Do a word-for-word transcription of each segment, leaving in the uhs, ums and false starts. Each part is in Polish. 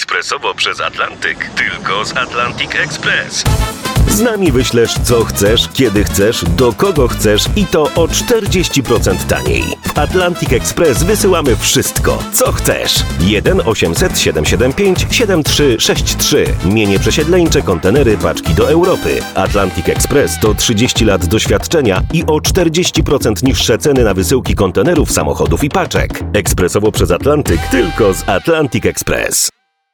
ekspresowo przez Atlantyk. Tylko z Atlantic Express. Z nami wyślesz co chcesz, kiedy chcesz, do kogo chcesz i to o czterdzieści procent taniej. W Atlantic Express wysyłamy wszystko, co chcesz. jeden osiemset siedemset siedemdziesiąt pięć siedemdziesiąt trzy sześćdziesiąt trzy. Mienie przesiedleńcze, kontenery, paczki do Europy. Atlantic Express to trzydzieści lat doświadczenia i o czterdzieści procent niższe ceny na wysyłki kontenerów, samochodów i paczek. Ekspresowo przez Atlantyk, tylko z Atlantic Express.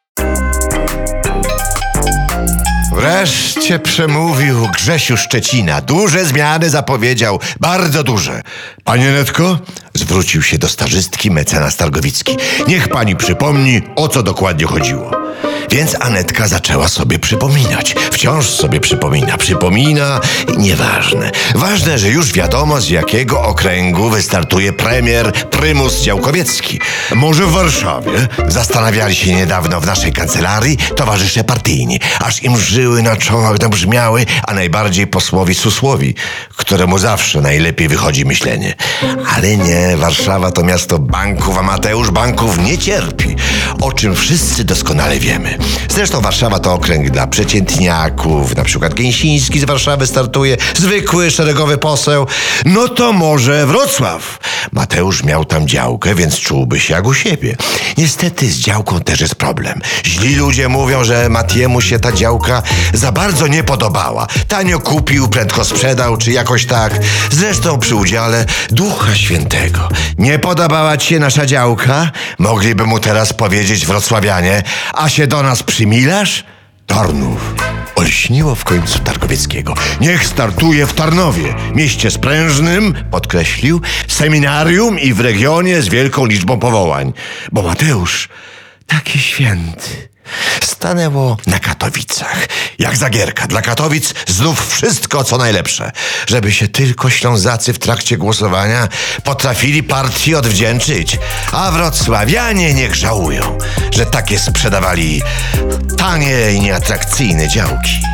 Wreszcie przemówił Grzesiu Szczecina. Duże zmiany zapowiedział, bardzo duże. Panie Netko, zwrócił się do stażystki mecenas Targowicki. Niech pani przypomni, o co dokładnie chodziło. Więc Anetka zaczęła sobie przypominać. Wciąż sobie przypomina, przypomina i nieważne. Ważne, że już wiadomo, z jakiego okręgu wystartuje premier Prymus Działkowiecki. Może w Warszawie? Zastanawiali się niedawno w naszej kancelarii towarzysze partyjni. Aż im żyły na czołach nabrzmiały, a najbardziej posłowi Susłowi, któremu zawsze najlepiej wychodzi myślenie. Ale nie, Warszawa to miasto banków, a Mateusz banków nie cierpi. O czym wszyscy doskonale wiemy. Zresztą Warszawa to okręg dla przeciętniaków, na przykład Gęsiński z Warszawy startuje, zwykły, szeregowy poseł. No to może Wrocław. Mateusz miał tam działkę, więc czułby się jak u siebie. Niestety z działką też jest problem. Źli ludzie mówią, że Matiemu się ta działka za bardzo nie podobała. Tanio kupił, prędko sprzedał, czy jakoś tak. Zresztą przy udziale Ducha Świętego. Nie podobała ci się nasza działka? Mogliby mu teraz powiedzieć wrocławianie, a się do nas przymilasz? Tarnów. Olśniło w końcu Targowieckiego. Niech startuje w Tarnowie, mieście sprężnym, podkreślił, seminarium i w regionie z wielką liczbą powołań. Bo Mateusz taki święty. Stanęło na Katowicach. Jak zagierka. Dla Katowic znów wszystko, co najlepsze. Żeby się tylko Ślązacy w trakcie głosowania potrafili partii odwdzięczyć. A wrocławianie niech żałują, że takie sprzedawali tanie i nieatrakcyjne działki.